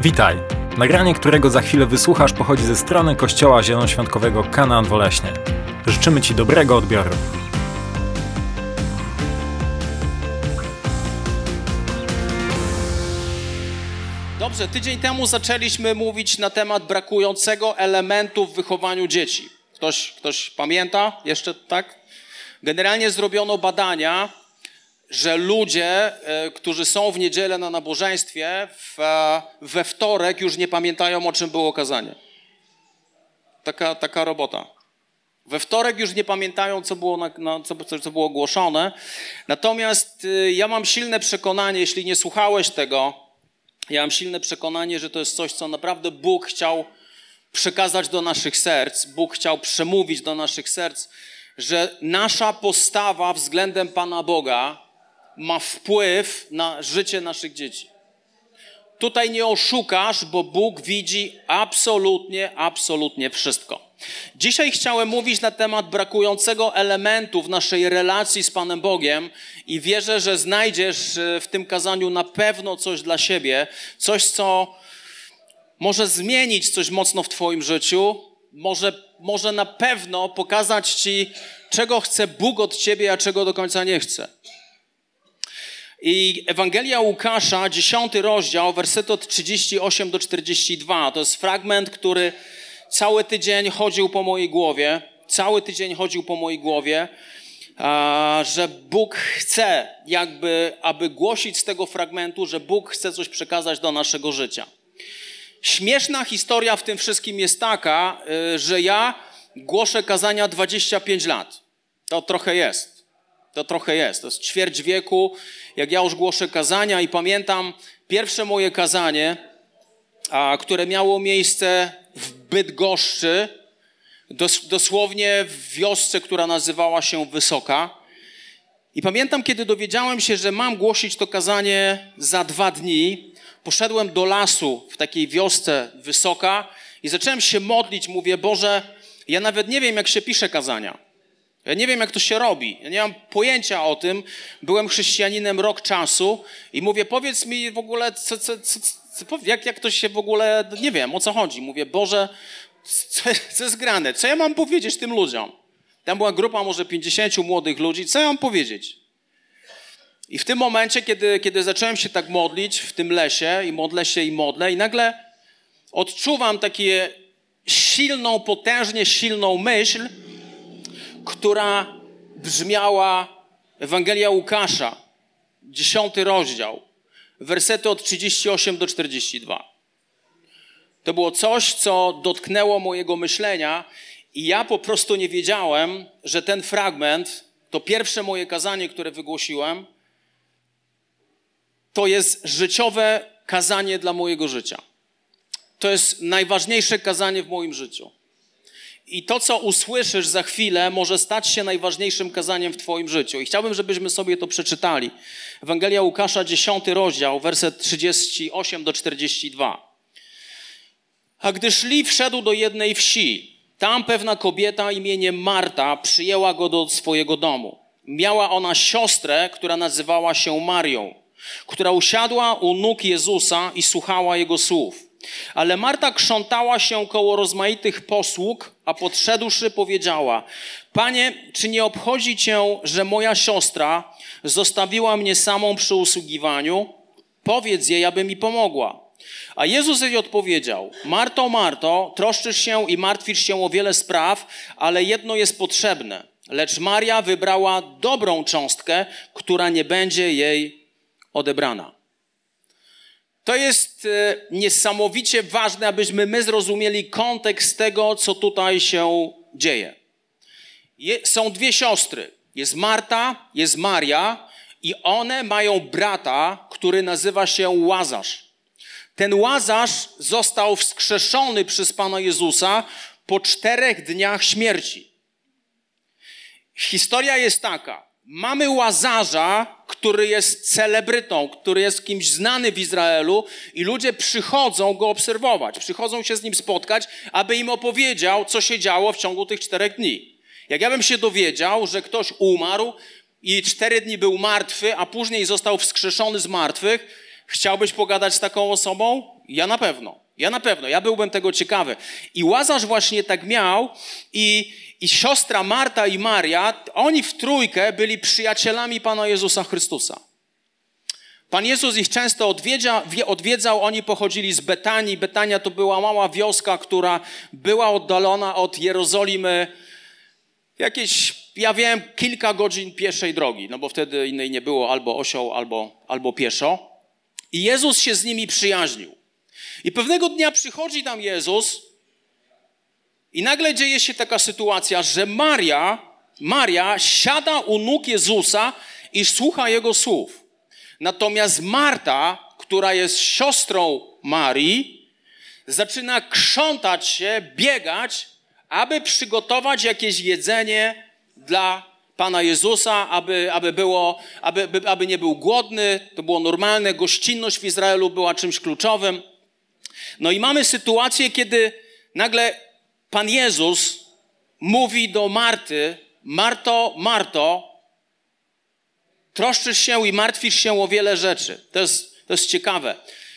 Witaj! Nagranie, którego za chwilę wysłuchasz, pochodzi ze strony Kościoła Zielonoświątkowego Kanaan Woleśnie. Życzymy Ci dobrego odbioru. Dobrze, tydzień temu zaczęliśmy mówić na temat brakującego elementu w wychowaniu dzieci. Ktoś pamięta jeszcze, tak? Generalnie zrobiono badania, że ludzie, którzy są w niedzielę na nabożeństwie, we wtorek już nie pamiętają, o czym było kazanie. Taka robota. We wtorek już nie pamiętają, co było głoszone. Natomiast ja mam silne przekonanie, jeśli nie słuchałeś tego, ja mam silne przekonanie, że to jest coś, co naprawdę Bóg chciał przekazać do naszych serc. Bóg chciał przemówić do naszych serc, że nasza postawa względem Pana Boga ma wpływ na życie naszych dzieci. Tutaj nie oszukasz, bo Bóg widzi absolutnie wszystko. Dzisiaj chciałem mówić na temat brakującego elementu w naszej relacji z Panem Bogiem i wierzę, że znajdziesz w tym kazaniu na pewno coś dla siebie, coś, co może zmienić coś mocno w Twoim życiu, może na pewno pokazać Ci, czego chce Bóg od Ciebie, a czego do końca nie chce. I Ewangelia Łukasza, 10 rozdział, wersety od 38 do 42. To jest fragment, który cały tydzień chodził po mojej głowie, że Bóg chce aby głosić z tego fragmentu, że Bóg chce coś przekazać do naszego życia. Śmieszna historia w tym wszystkim jest taka, że ja głoszę kazania 25 lat. To trochę jest. To jest ćwierć wieku, jak ja już głoszę kazania i pamiętam pierwsze moje kazanie, które miało miejsce w Bydgoszczy, dosłownie w wiosce, która nazywała się Wysoka. I pamiętam, kiedy dowiedziałem się, że mam głosić to kazanie za 2 dni, poszedłem do lasu w takiej wiosce Wysoka i zacząłem się modlić. Mówię, Boże, ja nawet nie wiem, jak się pisze kazania. Ja nie wiem, jak to się robi. Ja nie mam pojęcia o tym. Byłem chrześcijaninem rok czasu i mówię, powiedz mi w ogóle, jak to się w ogóle, nie wiem, o co chodzi. Mówię, Boże, co jest grane? Co ja mam powiedzieć tym ludziom? Tam była grupa może 50 młodych ludzi. Co ja mam powiedzieć? I w tym momencie, kiedy zacząłem się tak modlić w tym lesie i modlę i nagle odczuwam takie potężnie silną myśl, która brzmiała Ewangelia Łukasza, 10 rozdział, wersety od 38 do 42. To było coś, co dotknęło mojego myślenia i ja po prostu nie wiedziałem, że ten fragment, to pierwsze moje kazanie, które wygłosiłem, to jest życiowe kazanie dla mojego życia. To jest najważniejsze kazanie w moim życiu. I to, co usłyszysz za chwilę, może stać się najważniejszym kazaniem w Twoim życiu. I chciałbym, żebyśmy sobie to przeczytali. Ewangelia Łukasza, 10 rozdział, werset 38 do 42. A gdy szli, wszedł do jednej wsi. Tam pewna kobieta imieniem Marta przyjęła go do swojego domu. Miała ona siostrę, która nazywała się Marią, która usiadła u nóg Jezusa i słuchała Jego słów. Ale Marta krzątała się koło rozmaitych posług, a podszedłszy powiedziała: Panie, czy nie obchodzi Cię, że moja siostra zostawiła mnie samą przy usługiwaniu? Powiedz jej, aby mi pomogła. A Jezus jej odpowiedział: Marto, Marto, troszczysz się i martwisz się o wiele spraw, ale jedno jest potrzebne. Lecz Maria wybrała dobrą cząstkę, która nie będzie jej odebrana. To jest niesamowicie ważne, abyśmy my zrozumieli kontekst tego, co tutaj się dzieje. Są 2 siostry. Jest Marta, jest Maria i one mają brata, który nazywa się Łazarz. Ten Łazarz został wskrzeszony przez Pana Jezusa po 4 dniach śmierci. Historia jest taka. Mamy Łazarza, który jest celebrytą, który jest kimś znany w Izraelu i ludzie przychodzą go obserwować, przychodzą się z nim spotkać, aby im opowiedział, co się działo w ciągu tych 4 dni. Jak ja bym się dowiedział, że ktoś umarł i 4 dni był martwy, a później został wskrzeszony z martwych, Chciałbyś pogadać z taką osobą? Ja na pewno. Ja byłbym tego ciekawy. I Łazarz właśnie tak miał i siostra Marta i Maria, oni w trójkę byli przyjacielami Pana Jezusa Chrystusa. Pan Jezus ich często odwiedzał, oni pochodzili z Betanii. Betania to była mała wioska, która była oddalona od Jerozolimy jakieś, ja wiem, kilka godzin pieszej drogi, no bo wtedy innej nie było, albo osioł, albo pieszo. I Jezus się z nimi przyjaźnił. I pewnego dnia przychodzi tam Jezus i nagle dzieje się taka sytuacja, że Maria siada u nóg Jezusa i słucha Jego słów. Natomiast Marta, która jest siostrą Marii, zaczyna krzątać się, biegać, aby przygotować jakieś jedzenie dla Pana Jezusa, aby nie był głodny. To było normalne. Gościnność w Izraelu była czymś kluczowym. No i mamy sytuację, kiedy nagle Pan Jezus mówi do Marty: Marto, Marto, troszczysz się i martwisz się o wiele rzeczy. To jest ciekawe.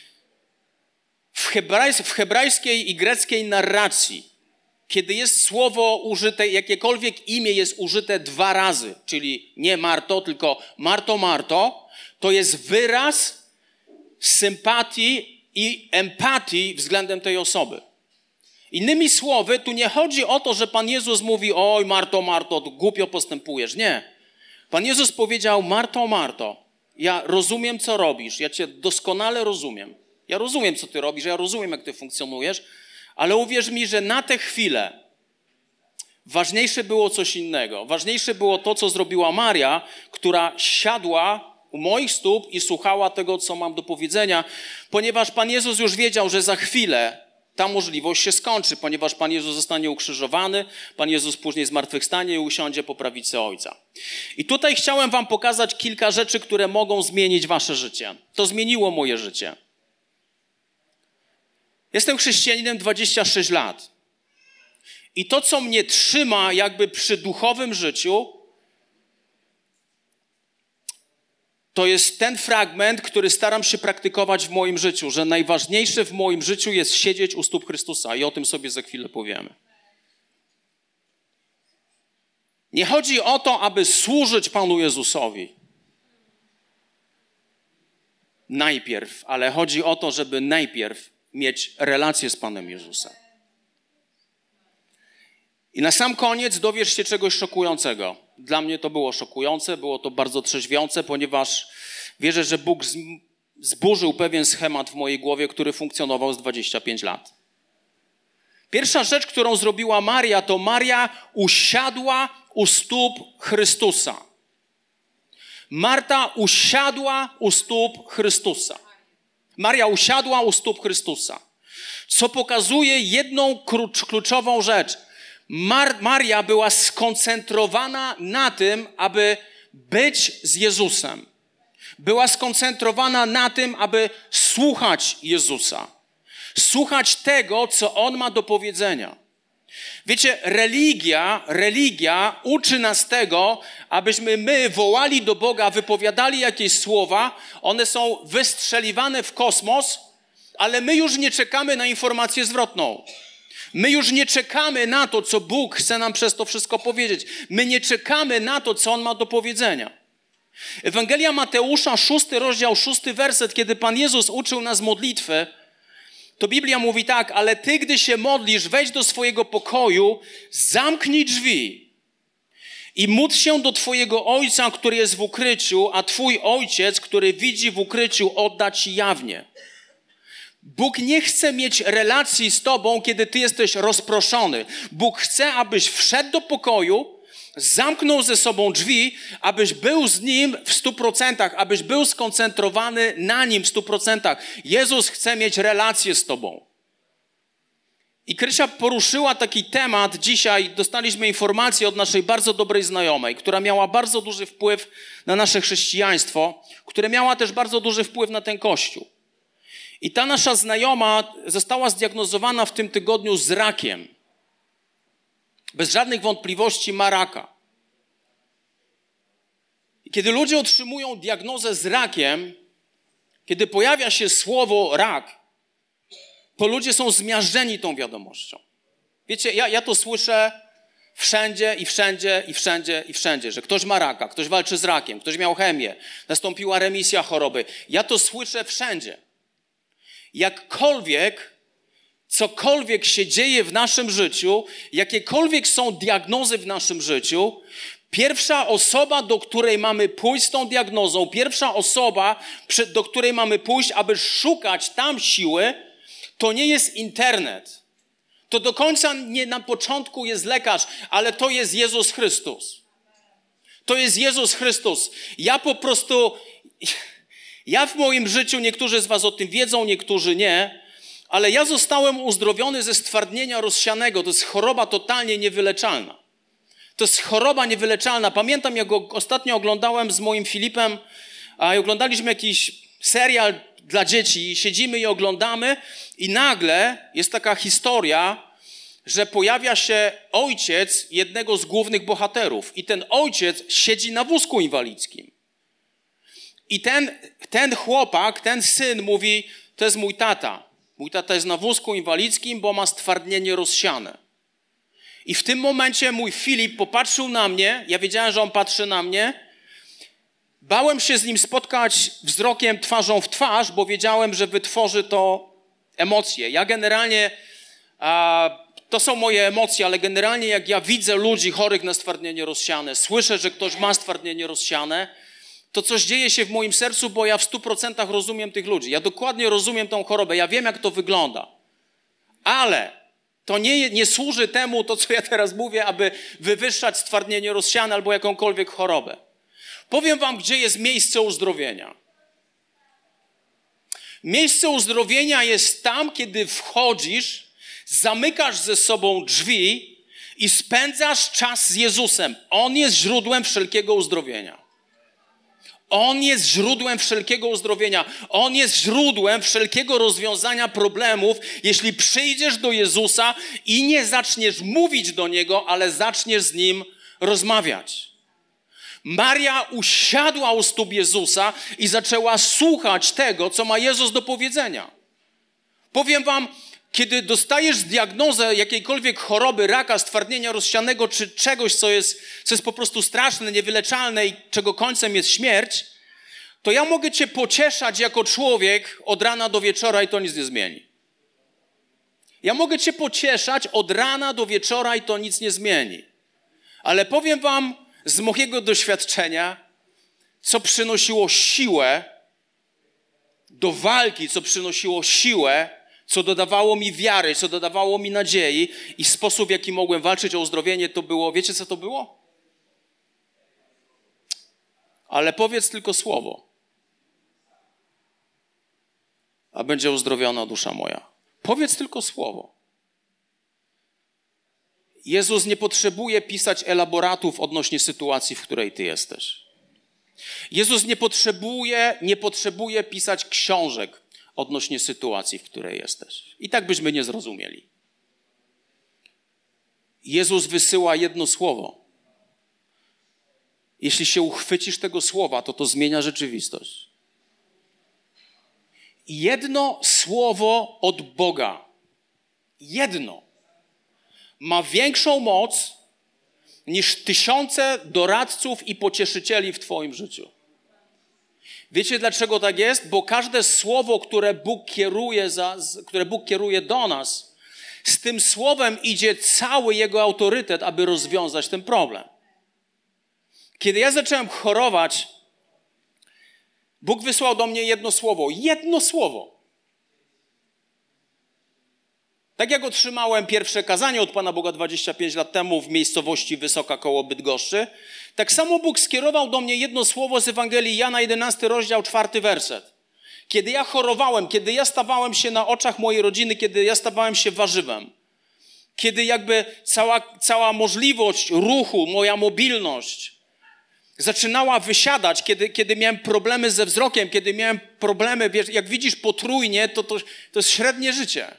W hebrajskiej i greckiej narracji, kiedy jest słowo użyte, jakiekolwiek imię jest użyte 2 razy, czyli nie Marto, tylko Marto, Marto, to jest wyraz sympatii i empatii względem tej osoby. Innymi słowy, tu nie chodzi o to, że Pan Jezus mówi: oj, Marto, Marto, głupio postępujesz. Nie. Pan Jezus powiedział: Marto, Marto, ja rozumiem, co robisz, ja Cię doskonale rozumiem. Ja rozumiem, co Ty robisz, ja rozumiem, jak Ty funkcjonujesz, ale uwierz mi, że na tę chwilę ważniejsze było coś innego. Ważniejsze było to, co zrobiła Maria, która siadła u moich stóp i słuchała tego, co mam do powiedzenia, ponieważ Pan Jezus już wiedział, że za chwilę ta możliwość się skończy, ponieważ Pan Jezus zostanie ukrzyżowany, Pan Jezus później zmartwychwstanie i usiądzie po prawicy Ojca. I tutaj chciałem wam pokazać kilka rzeczy, które mogą zmienić wasze życie. To zmieniło moje życie. Jestem chrześcijaninem 26 lat. I to, co mnie trzyma jakby przy duchowym życiu, to jest ten fragment, który staram się praktykować w moim życiu, że najważniejsze w moim życiu jest siedzieć u stóp Chrystusa i o tym sobie za chwilę powiemy. Nie chodzi o to, aby służyć Panu Jezusowi najpierw, ale chodzi o to, żeby najpierw mieć relację z Panem Jezusem. I na sam koniec dowiesz się czegoś szokującego. Dla mnie to było szokujące, było to bardzo trzeźwiące, ponieważ wierzę, że Bóg zburzył pewien schemat w mojej głowie, który funkcjonował z 25 lat. Pierwsza rzecz, którą zrobiła Maria, to Maria usiadła u stóp Chrystusa. Marta usiadła u stóp Chrystusa. Maria usiadła u stóp Chrystusa. Co pokazuje jedną kluczową rzecz. Maria była skoncentrowana na tym, aby być z Jezusem. Była skoncentrowana na tym, aby słuchać Jezusa. Słuchać tego, co On ma do powiedzenia. Wiecie, religia uczy nas tego, abyśmy my wołali do Boga, wypowiadali jakieś słowa, one są wystrzeliwane w kosmos, ale my już nie czekamy na informację zwrotną. My już nie czekamy na to, co Bóg chce nam przez to wszystko powiedzieć. My nie czekamy na to, co On ma do powiedzenia. Ewangelia Mateusza, 6 rozdział, 6 werset, kiedy Pan Jezus uczył nas modlitwy, to Biblia mówi tak: ale ty, gdy się modlisz, wejdź do swojego pokoju, zamknij drzwi i módl się do twojego Ojca, który jest w ukryciu, a twój Ojciec, który widzi w ukryciu, odda ci jawnie. Bóg nie chce mieć relacji z tobą, kiedy ty jesteś rozproszony. Bóg chce, abyś wszedł do pokoju, zamknął ze sobą drzwi, abyś był z Nim w 100%, abyś był skoncentrowany na Nim w 100%. Jezus chce mieć relację z tobą. I Krysia poruszyła taki temat. Dzisiaj dostaliśmy informację od naszej bardzo dobrej znajomej, która miała bardzo duży wpływ na nasze chrześcijaństwo, która miała też bardzo duży wpływ na ten Kościół. I ta nasza znajoma została zdiagnozowana w tym tygodniu z rakiem. Bez żadnych wątpliwości ma raka. I kiedy ludzie otrzymują diagnozę z rakiem, Kiedy pojawia się słowo rak, to ludzie są zmiażdżeni tą wiadomością. Wiecie, ja to słyszę wszędzie i wszędzie i wszędzie i wszędzie, że ktoś ma raka, ktoś walczy z rakiem, ktoś miał chemię, nastąpiła remisja choroby. Ja to słyszę wszędzie. Cokolwiek się dzieje w naszym życiu, jakiekolwiek są diagnozy w naszym życiu, pierwsza osoba, do której mamy pójść z tą diagnozą, pierwsza osoba, do której mamy pójść, aby szukać tam siły, to nie jest internet. To do końca nie na początku jest lekarz, ale to jest Jezus Chrystus. To jest Jezus Chrystus. Ja w moim życiu, niektórzy z was o tym wiedzą, niektórzy nie, ale ja zostałem uzdrowiony ze stwardnienia rozsianego. To jest choroba totalnie niewyleczalna. To jest choroba niewyleczalna. Pamiętam, jak go ostatnio oglądałem z moim Filipem, a oglądaliśmy jakiś serial dla dzieci i siedzimy i oglądamy i nagle jest taka historia, że pojawia się ojciec jednego z głównych bohaterów i ten ojciec siedzi na wózku inwalidzkim. I ten chłopak, ten syn mówi, to jest mój tata. Mój tata jest na wózku inwalidzkim, bo ma stwardnienie rozsiane. I w tym momencie mój Filip popatrzył na mnie, ja wiedziałem, że on patrzy na mnie. Bałem się z nim spotkać wzrokiem twarzą w twarz, bo wiedziałem, że wytworzy to emocje. Ja generalnie, to są moje emocje, ale generalnie jak ja widzę ludzi chorych na stwardnienie rozsiane, słyszę, że ktoś ma stwardnienie rozsiane, to coś dzieje się w moim sercu, bo ja w 100% rozumiem tych ludzi. Ja dokładnie rozumiem tą chorobę, ja wiem, jak to wygląda. Ale to nie służy temu, to co ja teraz mówię, aby wywyższać stwardnienie rozsiane albo jakąkolwiek chorobę. Powiem wam, gdzie jest miejsce uzdrowienia. Miejsce uzdrowienia jest tam, kiedy wchodzisz, zamykasz ze sobą drzwi i spędzasz czas z Jezusem. On jest źródłem wszelkiego uzdrowienia. On jest źródłem wszelkiego uzdrowienia. On jest źródłem wszelkiego rozwiązania problemów, jeśli przyjdziesz do Jezusa i nie zaczniesz mówić do Niego, ale zaczniesz z Nim rozmawiać. Maria usiadła u stóp Jezusa i zaczęła słuchać tego, co ma Jezus do powiedzenia. Powiem wam, kiedy dostajesz diagnozę jakiejkolwiek choroby, raka, stwardnienia rozsianego, czy czegoś, co jest po prostu straszne, niewyleczalne i czego końcem jest śmierć, to ja mogę cię pocieszać jako człowiek od rana do wieczora i to nic nie zmieni. Ja mogę cię pocieszać od rana do wieczora i to nic nie zmieni. Ale powiem wam z mojego doświadczenia, co przynosiło siłę do walki, co przynosiło siłę, co dodawało mi wiary, co dodawało mi nadziei i sposób, w jaki mogłem walczyć o uzdrowienie, to było, wiecie co to było? Ale powiedz tylko słowo, a będzie uzdrowiona dusza moja. Powiedz tylko słowo. Jezus nie potrzebuje pisać elaboratów odnośnie sytuacji, w której ty jesteś. Jezus nie potrzebuje pisać książek odnośnie sytuacji, w której jesteś. I tak byśmy nie zrozumieli. Jezus wysyła jedno słowo. Jeśli się uchwycisz tego słowa, to zmienia rzeczywistość. Jedno słowo od Boga, jedno, ma większą moc niż tysiące doradców i pocieszycieli w twoim życiu. Wiecie, dlaczego tak jest? Bo każde słowo, które Bóg kieruje do nas, z tym słowem idzie cały Jego autorytet, aby rozwiązać ten problem. Kiedy ja zacząłem chorować, Bóg wysłał do mnie jedno słowo. Jedno słowo. Tak jak otrzymałem pierwsze kazanie od Pana Boga 25 lat temu w miejscowości Wysoka koło Bydgoszczy, tak samo Bóg skierował do mnie jedno słowo z Ewangelii Jana, 11 rozdział, 4 werset. Kiedy ja chorowałem, kiedy ja stawałem się na oczach mojej rodziny, kiedy ja stawałem się warzywem, kiedy jakby cała możliwość ruchu, moja mobilność zaczynała wysiadać, kiedy miałem problemy ze wzrokiem, kiedy miałem problemy, wiesz, jak widzisz potrójnie, to jest średnie życie.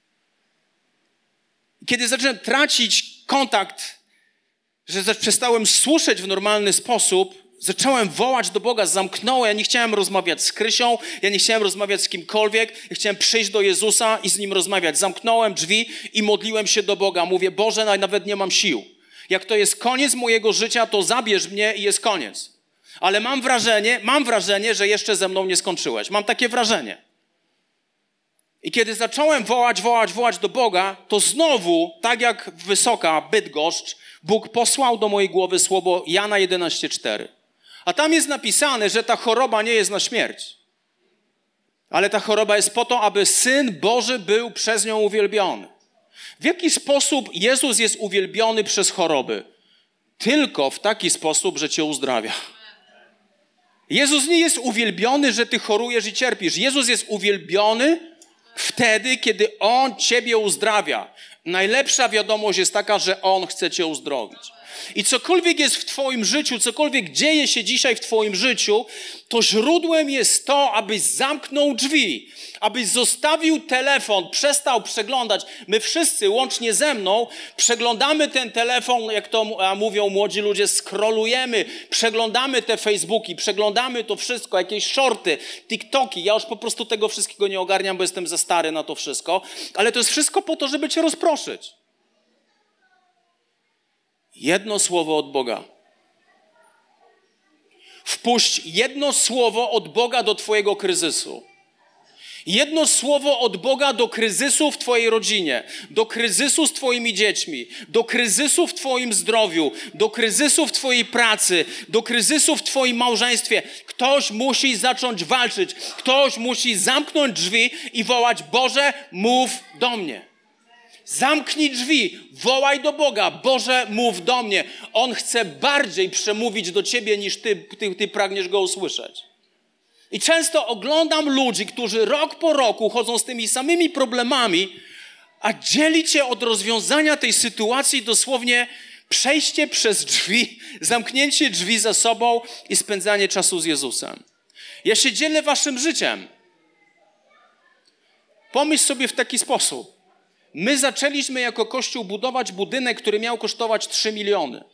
Kiedy zacząłem tracić kontakt, że przestałem słyszeć w normalny sposób, zacząłem wołać do Boga, zamknąłem, ja nie chciałem rozmawiać z Krysią, ja nie chciałem rozmawiać z kimkolwiek, ja chciałem przyjść do Jezusa i z Nim rozmawiać. Zamknąłem drzwi i modliłem się do Boga. Mówię, Boże, nawet nie mam sił. Jak to jest koniec mojego życia, to zabierz mnie i jest koniec. Ale mam wrażenie, że jeszcze ze mną nie skończyłeś. Mam takie wrażenie. I kiedy zacząłem wołać do Boga, to znowu, tak jak Wysoka Bydgoszcz, Bóg posłał do mojej głowy słowo Jana 11:4. A tam jest napisane, że ta choroba nie jest na śmierć. Ale ta choroba jest po to, aby Syn Boży był przez nią uwielbiony. W jaki sposób Jezus jest uwielbiony przez choroby? Tylko w taki sposób, że cię uzdrawia. Jezus nie jest uwielbiony, że ty chorujesz i cierpisz. Jezus jest uwielbiony wtedy, kiedy On ciebie uzdrawia. Najlepsza wiadomość jest taka, że On chce cię uzdrowić. I cokolwiek jest w twoim życiu, cokolwiek dzieje się dzisiaj w twoim życiu, to źródłem jest to, abyś zamknął drzwi, abyś zostawił telefon, przestał przeglądać. My wszyscy, łącznie ze mną, przeglądamy ten telefon, jak to mówią młodzi ludzie, scrollujemy, przeglądamy te Facebooki, przeglądamy to wszystko, jakieś shorty, TikToki. Ja już po prostu tego wszystkiego nie ogarniam, bo jestem za stary na to wszystko, ale to jest wszystko po to, żeby cię rozproszyć. Jedno słowo od Boga. Wpuść jedno słowo od Boga do twojego kryzysu. Jedno słowo od Boga do kryzysu w twojej rodzinie, do kryzysu z twoimi dziećmi, do kryzysu w twoim zdrowiu, do kryzysu w twojej pracy, do kryzysu w twoim małżeństwie. Ktoś musi zacząć walczyć. Ktoś musi zamknąć drzwi i wołać: Boże, mów do mnie. Zamknij drzwi, wołaj do Boga. Boże, mów do mnie. On chce bardziej przemówić do ciebie, niż ty pragniesz Go usłyszeć. I często oglądam ludzi, którzy rok po roku chodzą z tymi samymi problemami, a dzieli cię od rozwiązania tej sytuacji dosłownie przejście przez drzwi, zamknięcie drzwi za sobą i spędzanie czasu z Jezusem. Ja się dzielę waszym życiem. Pomyśl sobie w taki sposób. My zaczęliśmy jako Kościół budować budynek, który miał kosztować 3 miliony.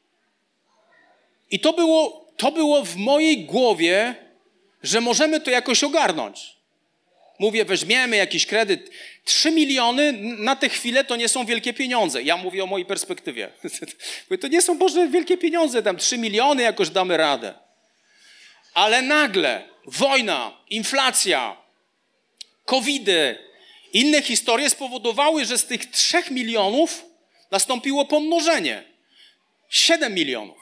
I to było w mojej głowie, że możemy to jakoś ogarnąć. Mówię, weźmiemy jakiś kredyt. 3 miliony na tę chwilę to nie są wielkie pieniądze. Ja mówię o mojej perspektywie. To nie są, Boże, wielkie pieniądze. Tam 3 miliony jakoś damy radę. Ale nagle wojna, inflacja, covidy, inne historie spowodowały, że z tych 3 milionów nastąpiło pomnożenie. 7 milionów.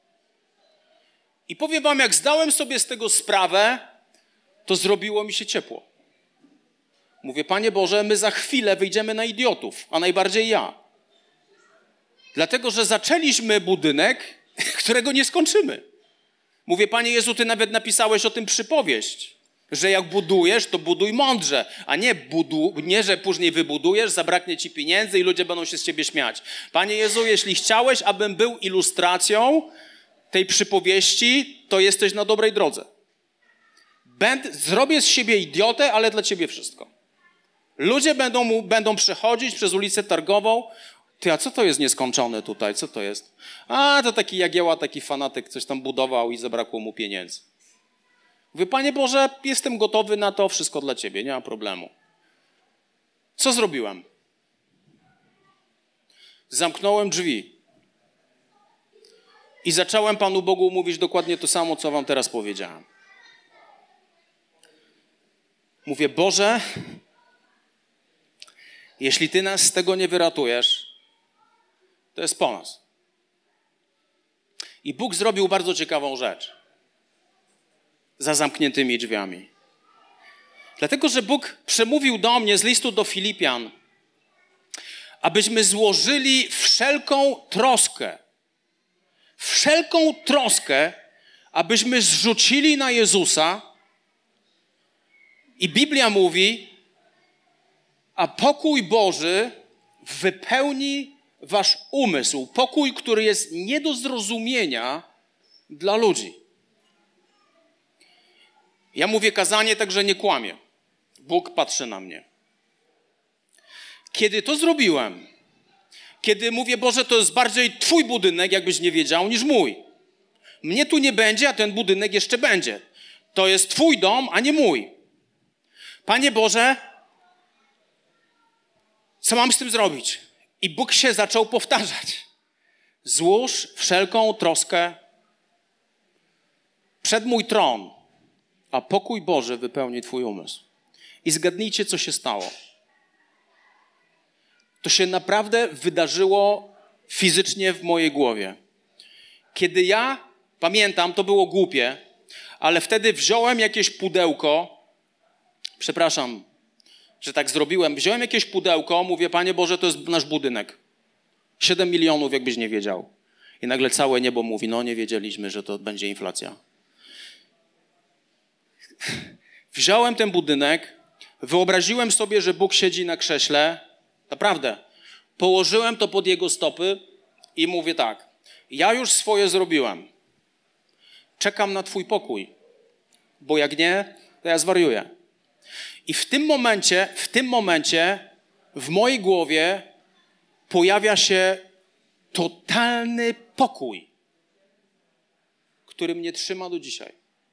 I powiem wam, jak zdałem sobie z tego sprawę, to zrobiło mi się ciepło. Mówię, Panie Boże, my za chwilę wyjdziemy na idiotów, a najbardziej ja. Dlatego, że zaczęliśmy budynek, którego nie skończymy. Mówię, Panie Jezu, Ty nawet napisałeś o tym przypowieść, że jak budujesz, to buduj mądrze, a nie, że później wybudujesz, zabraknie Ci pieniędzy i ludzie będą się z Ciebie śmiać. Panie Jezu, jeśli chciałeś, abym był ilustracją tej przypowieści, to jesteś na dobrej drodze. Zrobię z siebie idiotę, ale dla Ciebie wszystko. Ludzie będą przechodzić przez ulicę Targową. Ty, a co to jest nieskończone tutaj? Co to jest? A, to taki Jagieła, taki fanatyk, coś tam budował i zabrakło mu pieniędzy. Mówię, Panie Boże, jestem gotowy na to, wszystko dla Ciebie, nie ma problemu. Co zrobiłem? Zamknąłem drzwi i zacząłem Panu Bogu mówić dokładnie to samo, co wam teraz powiedziałem. Mówię, Boże, jeśli Ty nas z tego nie wyratujesz, to jest po nas. I Bóg zrobił bardzo ciekawą rzecz. Za zamkniętymi drzwiami. Dlatego, że Bóg przemówił do mnie z listu do Filipian, abyśmy złożyli wszelką troskę, abyśmy zrzucili na Jezusa. I Biblia mówi, a pokój Boży wypełni wasz umysł. Pokój, który jest nie do zrozumienia dla ludzi. Ja mówię kazanie, także nie kłamię. Bóg patrzy na mnie. Kiedy to zrobiłem, kiedy mówię, Boże, to jest bardziej Twój budynek, jakbyś nie wiedział, niż mój. Mnie tu nie będzie, a ten budynek jeszcze będzie. To jest Twój dom, a nie mój. Panie Boże, co mam z tym zrobić? I Bóg się zaczął powtarzać. Złóż wszelką troskę przed mój tron, a pokój Boży wypełni Twój umysł. I zgadnijcie, co się stało. To się naprawdę wydarzyło fizycznie w mojej głowie. Kiedy ja, pamiętam, to było głupie, ale wtedy wziąłem jakieś pudełko, przepraszam, że tak zrobiłem, wziąłem jakieś pudełko, mówię, Panie Boże, to jest nasz budynek. 7 milionów, jakbyś nie wiedział. I nagle całe niebo mówi, no nie wiedzieliśmy, że to będzie inflacja. Wziąłem ten budynek, wyobraziłem sobie, że Bóg siedzi na krześle, naprawdę. Położyłem to pod Jego stopy i mówię tak, ja już swoje zrobiłem. Czekam na Twój pokój, bo jak nie, to ja zwariuję. I w tym momencie w mojej głowie pojawia się totalny pokój, który mnie trzyma do dzisiaj.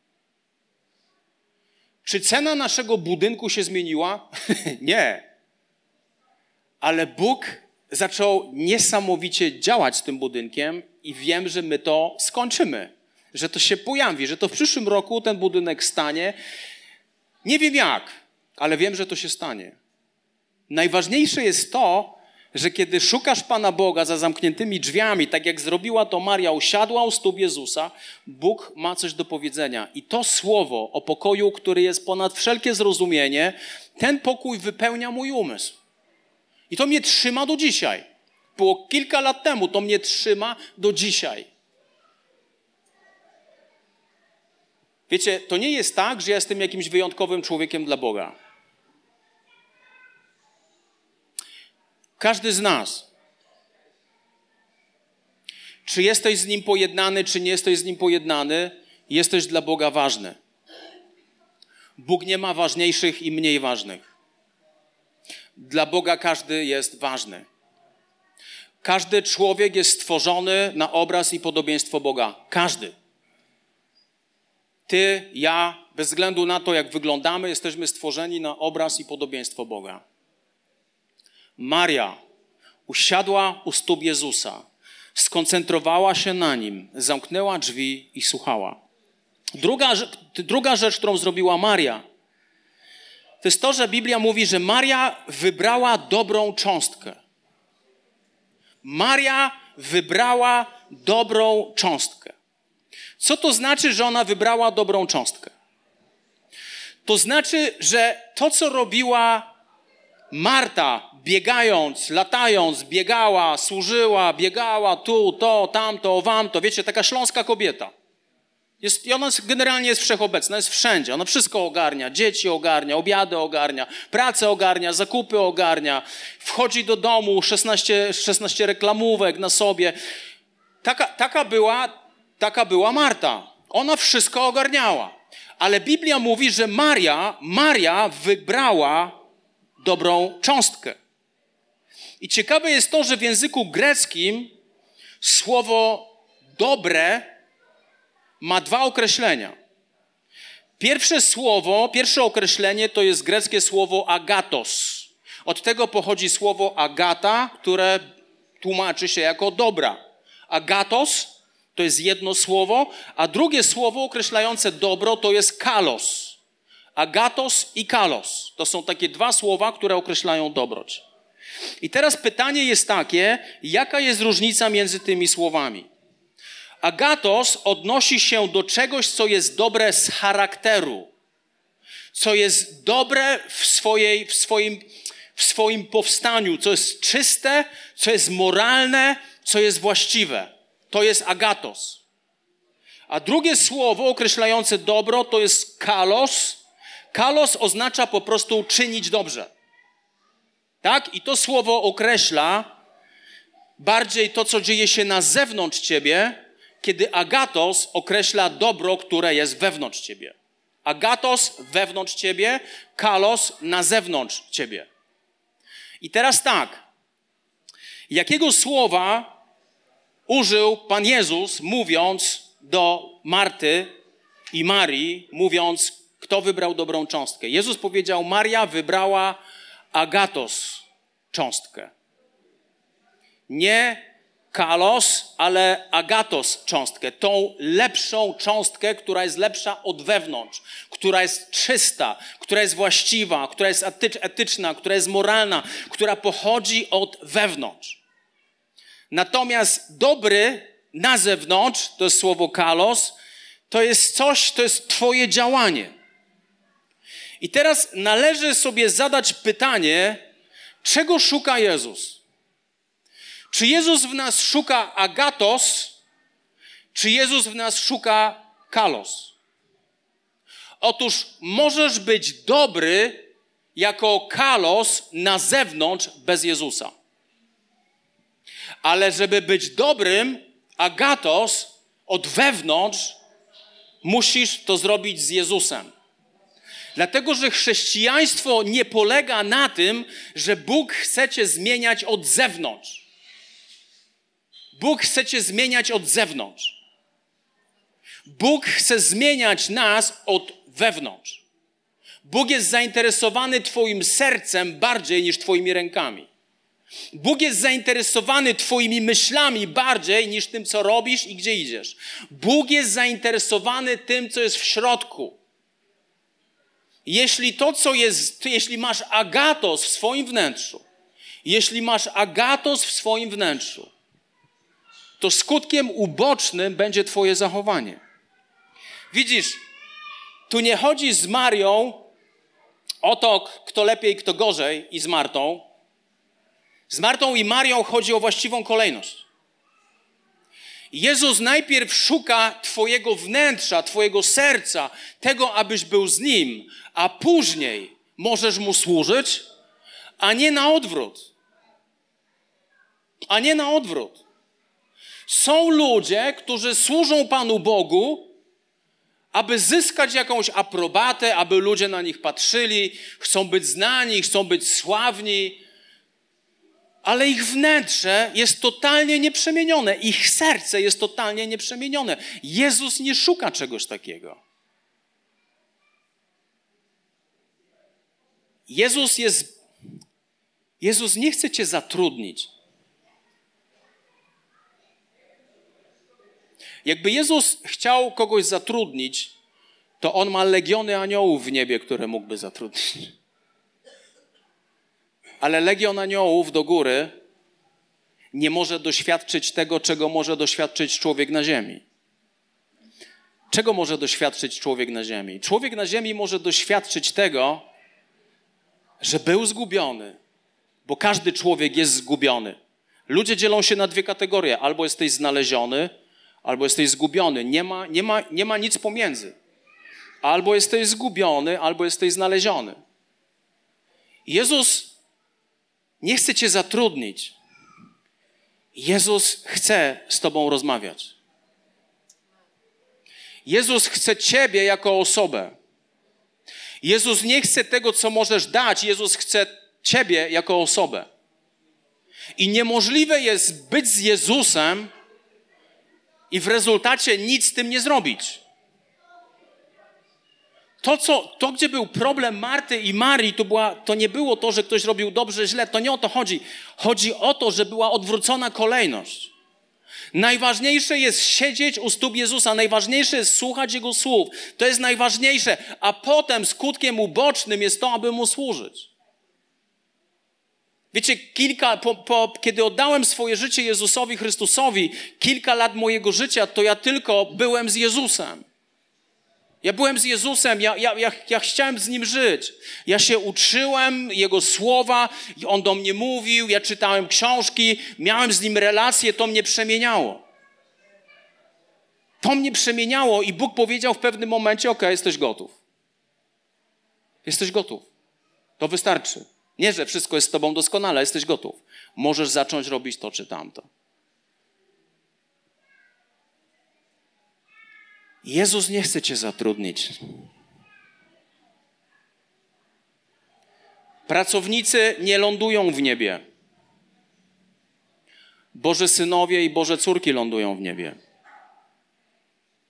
Czy cena naszego budynku się zmieniła? Nie. Ale Bóg zaczął niesamowicie działać z tym budynkiem i wiem, że my to skończymy. Że to się pojawi, że to w przyszłym roku ten budynek stanie. Nie wiem jak, ale wiem, że to się stanie. Najważniejsze jest to, że kiedy szukasz Pana Boga za zamkniętymi drzwiami, tak jak zrobiła to Maria, usiadła u stóp Jezusa, Bóg ma coś do powiedzenia. I to słowo o pokoju, który jest ponad wszelkie zrozumienie, ten pokój wypełnia mój umysł. I to mnie trzyma do dzisiaj. Było kilka lat temu, to mnie trzyma do dzisiaj. Wiecie, to nie jest tak, że ja jestem jakimś wyjątkowym człowiekiem dla Boga. Każdy z nas. Czy jesteś z Nim pojednany, czy nie jesteś z Nim pojednany, jesteś dla Boga ważny. Bóg nie ma ważniejszych i mniej ważnych. Dla Boga każdy jest ważny. Każdy człowiek jest stworzony na obraz i podobieństwo Boga. Każdy. Ty, ja, bez względu na to, jak wyglądamy, jesteśmy stworzeni na obraz i podobieństwo Boga. Maria usiadła u stóp Jezusa, skoncentrowała się na Nim, zamknęła drzwi i słuchała. Druga rzecz, którą zrobiła Maria, to jest to, że Biblia mówi, że Maria wybrała dobrą cząstkę. Maria wybrała dobrą cząstkę. Co to znaczy, że ona wybrała dobrą cząstkę? To znaczy, że to, co robiła Marta, biegając, latając, biegała, służyła, biegała tu, to, tamto, wamto. Wiecie, taka śląska kobieta. I ona generalnie jest wszechobecna, jest wszędzie. Ona wszystko ogarnia. Dzieci ogarnia, obiady ogarnia, pracę ogarnia, zakupy ogarnia. Wchodzi do domu, 16 reklamówek na sobie. Taka była Marta. Ona wszystko ogarniała. Ale Biblia mówi, że Maria wybrała dobrą cząstkę. I ciekawe jest to, że w języku greckim słowo dobre ma dwa określenia. Pierwsze określenie to jest greckie słowo agatos. Od tego pochodzi słowo agata, które tłumaczy się jako dobra. Agatos to jest jedno słowo, a drugie słowo określające dobro to jest kalos. Agatos i kalos. To są takie dwa słowa, które określają dobroć. I teraz pytanie jest takie, jaka jest różnica między tymi słowami? Agatos odnosi się do czegoś, co jest dobre z charakteru, co jest dobre w swoim powstaniu, co jest czyste, co jest moralne, co jest właściwe. To jest agatos. A drugie słowo określające dobro to jest kalos. Kalos oznacza po prostu czynić dobrze. Tak? I to słowo określa bardziej to, co dzieje się na zewnątrz ciebie, kiedy agatos określa dobro, które jest wewnątrz ciebie. Agatos wewnątrz ciebie, kalos na zewnątrz ciebie. I teraz tak. Jakiego słowa użył Pan Jezus, mówiąc do Marty i Marii, mówiąc, kto wybrał dobrą cząstkę. Jezus powiedział, Maria wybrała agatos cząstkę. Nie kalos, ale agatos cząstkę. Tą lepszą cząstkę, która jest lepsza od wewnątrz, która jest czysta, która jest właściwa, która jest etyczna, która jest moralna, która pochodzi od wewnątrz. Natomiast dobry na zewnątrz, to jest słowo kalos, to jest coś, to jest twoje działanie. I teraz należy sobie zadać pytanie, czego szuka Jezus? Czy Jezus w nas szuka agatos, czy Jezus w nas szuka kalos? Otóż możesz być dobry jako kalos na zewnątrz bez Jezusa. Ale żeby być dobrym, agatos od wewnątrz, musisz to zrobić z Jezusem. Dlatego, że chrześcijaństwo nie polega na tym, że Bóg chce cię zmieniać od zewnątrz. Bóg chce cię zmieniać od zewnątrz. Bóg chce zmieniać nas od wewnątrz. Bóg jest zainteresowany twoim sercem bardziej niż twoimi rękami. Bóg jest zainteresowany twoimi myślami bardziej niż tym, co robisz i gdzie idziesz. Bóg jest zainteresowany tym, co jest w środku. Jeśli masz agatos w swoim wnętrzu, to skutkiem ubocznym będzie twoje zachowanie. Widzisz, tu nie chodzi z Marią o to, kto lepiej, kto gorzej i z Martą. Z Martą i Marią chodzi o właściwą kolejność. Jezus najpierw szuka twojego wnętrza, twojego serca, tego, abyś był z Nim, a później możesz Mu służyć, a nie na odwrót. Są ludzie, którzy służą Panu Bogu, aby zyskać jakąś aprobatę, aby ludzie na nich patrzyli, chcą być znani, chcą być sławni, ale ich wnętrze jest totalnie nieprzemienione, ich serce jest totalnie nieprzemienione. Jezus nie szuka czegoś takiego. Jezus nie chce cię zatrudnić. Jakby Jezus chciał kogoś zatrudnić, to On ma legiony aniołów w niebie, które mógłby zatrudnić. Ale legion aniołów do góry nie może doświadczyć tego, czego może doświadczyć człowiek na ziemi. Czego może doświadczyć człowiek na ziemi? Człowiek na ziemi może doświadczyć tego, że był zgubiony, bo każdy człowiek jest zgubiony. Ludzie dzielą się na dwie kategorie. Albo jesteś znaleziony, albo jesteś zgubiony. Nie ma nic pomiędzy. Albo jesteś zgubiony, albo jesteś znaleziony. Jezus nie chce cię zatrudnić. Jezus chce z tobą rozmawiać. Jezus chce ciebie jako osobę. Jezus nie chce tego, co możesz dać. Jezus chce ciebie jako osobę. I niemożliwe jest być z Jezusem i w rezultacie nic z tym nie zrobić. To, gdzie był problem Marty i Marii, to nie było to, że ktoś robił dobrze, źle. To nie o to chodzi. Chodzi o to, że była odwrócona kolejność. Najważniejsze jest siedzieć u stóp Jezusa. Najważniejsze jest słuchać Jego słów. To jest najważniejsze. A potem skutkiem ubocznym jest to, aby Mu służyć. Wiecie, kiedy oddałem swoje życie Jezusowi Chrystusowi, kilka lat mojego życia, to ja tylko byłem z Jezusem. Ja byłem z Jezusem, ja chciałem z Nim żyć. Ja się uczyłem Jego słowa, On do mnie mówił, ja czytałem książki, miałem z Nim relacje, to mnie przemieniało. To mnie przemieniało i Bóg powiedział w pewnym momencie, okej, jesteś gotów. Jesteś gotów. To wystarczy. Nie, że wszystko jest z tobą doskonale, jesteś gotów. Możesz zacząć robić to czy tamto. Jezus nie chce cię zatrudnić. Pracownicy nie lądują w niebie. Boży synowie i Boże córki lądują w niebie.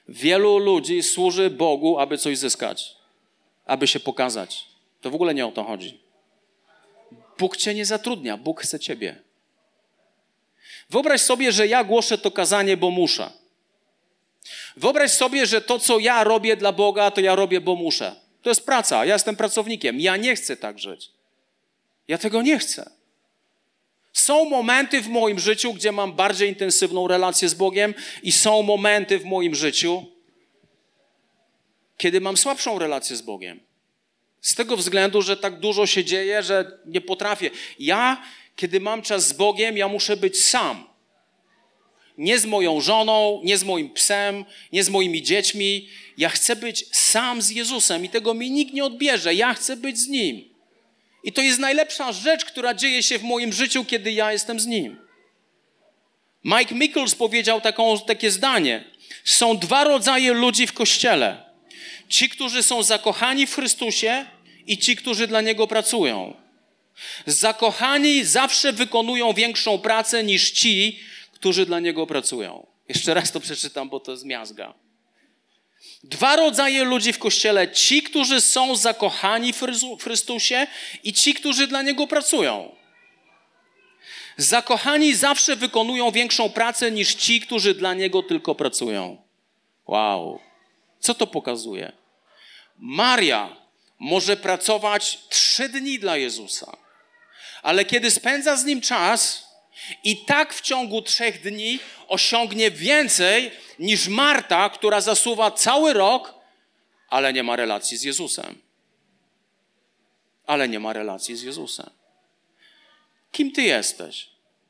Wielu ludzi służy Bogu, aby coś zyskać, aby się pokazać. To w ogóle nie o to chodzi. Bóg cię nie zatrudnia, Bóg chce ciebie. Wyobraź sobie, że ja głoszę to kazanie, bo muszę. Wyobraź sobie, że to, co ja robię dla Boga, to ja robię, bo muszę. To jest praca, ja jestem pracownikiem. Ja nie chcę tak żyć. Ja tego nie chcę. Są momenty w moim życiu, gdzie mam bardziej intensywną relację z Bogiem i są momenty w moim życiu, kiedy mam słabszą relację z Bogiem. Z tego względu, że tak dużo się dzieje, że nie potrafię. Kiedy mam czas z Bogiem, ja muszę być sam. Nie z moją żoną, nie z moim psem, nie z moimi dziećmi. Ja chcę być sam z Jezusem i tego mi nikt nie odbierze. Ja chcę być z Nim. I to jest najlepsza rzecz, która dzieje się w moim życiu, kiedy ja jestem z Nim. Mike Mickles powiedział takie zdanie. Są dwa rodzaje ludzi w Kościele. Ci, którzy są zakochani w Chrystusie i ci, którzy dla Niego pracują. Zakochani zawsze wykonują większą pracę niż ci, którzy dla Niego pracują. Jeszcze raz to przeczytam, bo to jest miazga. Dwa rodzaje ludzi w Kościele. Ci, którzy są zakochani w Chrystusie i ci, którzy dla Niego pracują. Zakochani zawsze wykonują większą pracę niż ci, którzy dla Niego tylko pracują. Wow. Co to pokazuje? Maria może pracować 3 dni dla Jezusa, ale kiedy spędza z Nim czas, i tak w ciągu 3 dni osiągnie więcej niż Marta, która zasuwa cały rok, ale nie ma relacji z Jezusem. Ale nie ma relacji z Jezusem. Kim ty jesteś?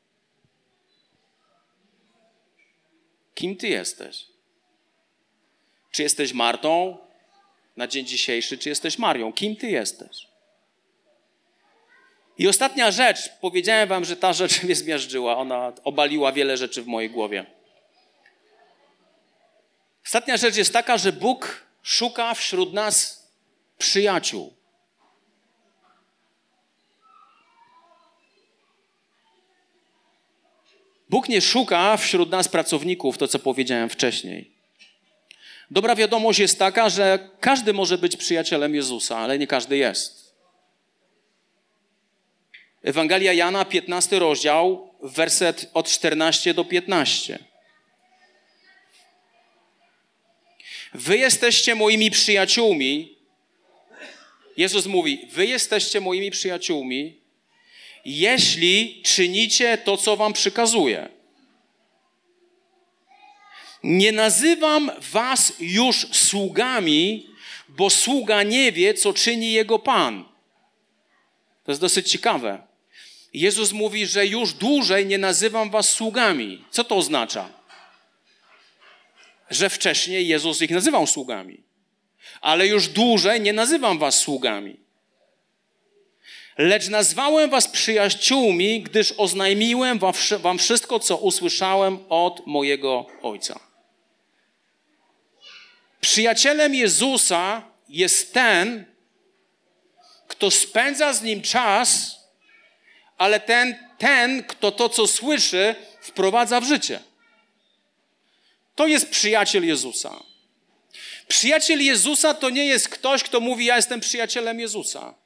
Kim ty jesteś? Czy jesteś Martą na dzień dzisiejszy, czy jesteś Marią? Kim ty jesteś? I ostatnia rzecz, powiedziałem wam, że ta rzecz mnie zmiażdżyła, ona obaliła wiele rzeczy w mojej głowie. Ostatnia rzecz jest taka, że Bóg szuka wśród nas przyjaciół. Bóg nie szuka wśród nas pracowników, to co powiedziałem wcześniej. Dobra wiadomość jest taka, że każdy może być przyjacielem Jezusa, ale nie każdy jest. Ewangelia Jana, 15 rozdział, werset od 14 do 15. Wy jesteście moimi przyjaciółmi. Jezus mówi, wy jesteście moimi przyjaciółmi, jeśli czynicie to, co wam przykazuję. Nie nazywam was już sługami, bo sługa nie wie, co czyni jego Pan. To jest dosyć ciekawe. Jezus mówi, że już dłużej nie nazywam was sługami. Co to oznacza? Że wcześniej Jezus ich nazywał sługami. Ale już dłużej nie nazywam was sługami. Lecz nazwałem was przyjaciółmi, gdyż oznajmiłem wam wszystko, co usłyszałem od mojego Ojca. Przyjacielem Jezusa jest ten, kto spędza z Nim czas, ale ten, kto to, co słyszy, wprowadza w życie. To jest przyjaciel Jezusa. Przyjaciel Jezusa to nie jest ktoś, kto mówi, ja jestem przyjacielem Jezusa.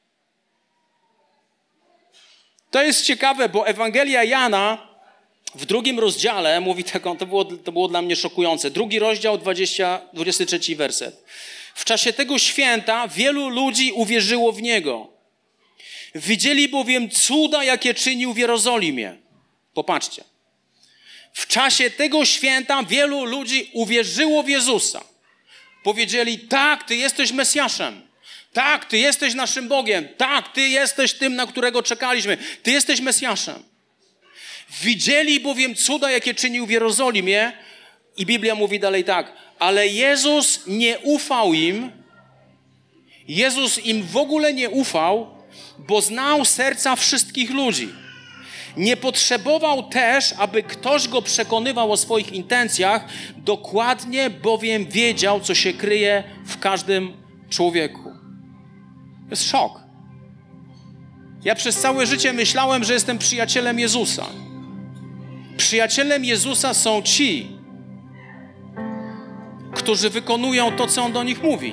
To jest ciekawe, bo Ewangelia Jana w 2 rozdziale mówi taką, to było dla mnie szokujące. 2 rozdział, 23 werset. W czasie tego święta wielu ludzi uwierzyło w Niego. Widzieli bowiem cuda, jakie czynił w Jerozolimie. Popatrzcie. W czasie tego święta wielu ludzi uwierzyło w Jezusa. Powiedzieli, tak, Ty jesteś Mesjaszem. Tak, Ty jesteś naszym Bogiem. Tak, Ty jesteś tym, na którego czekaliśmy. Ty jesteś Mesjaszem. Widzieli bowiem cuda, jakie czynił w Jerozolimie. I Biblia mówi dalej tak. Ale Jezus nie ufał im. Jezus im w ogóle nie ufał, bo znał serca wszystkich ludzi. Nie potrzebował też, aby ktoś go przekonywał o swoich intencjach, dokładnie bowiem wiedział, co się kryje w każdym człowieku. To jest szok. Ja przez całe życie myślałem, że jestem przyjacielem Jezusa. Przyjacielem Jezusa są ci, którzy wykonują to, co On do nich mówi.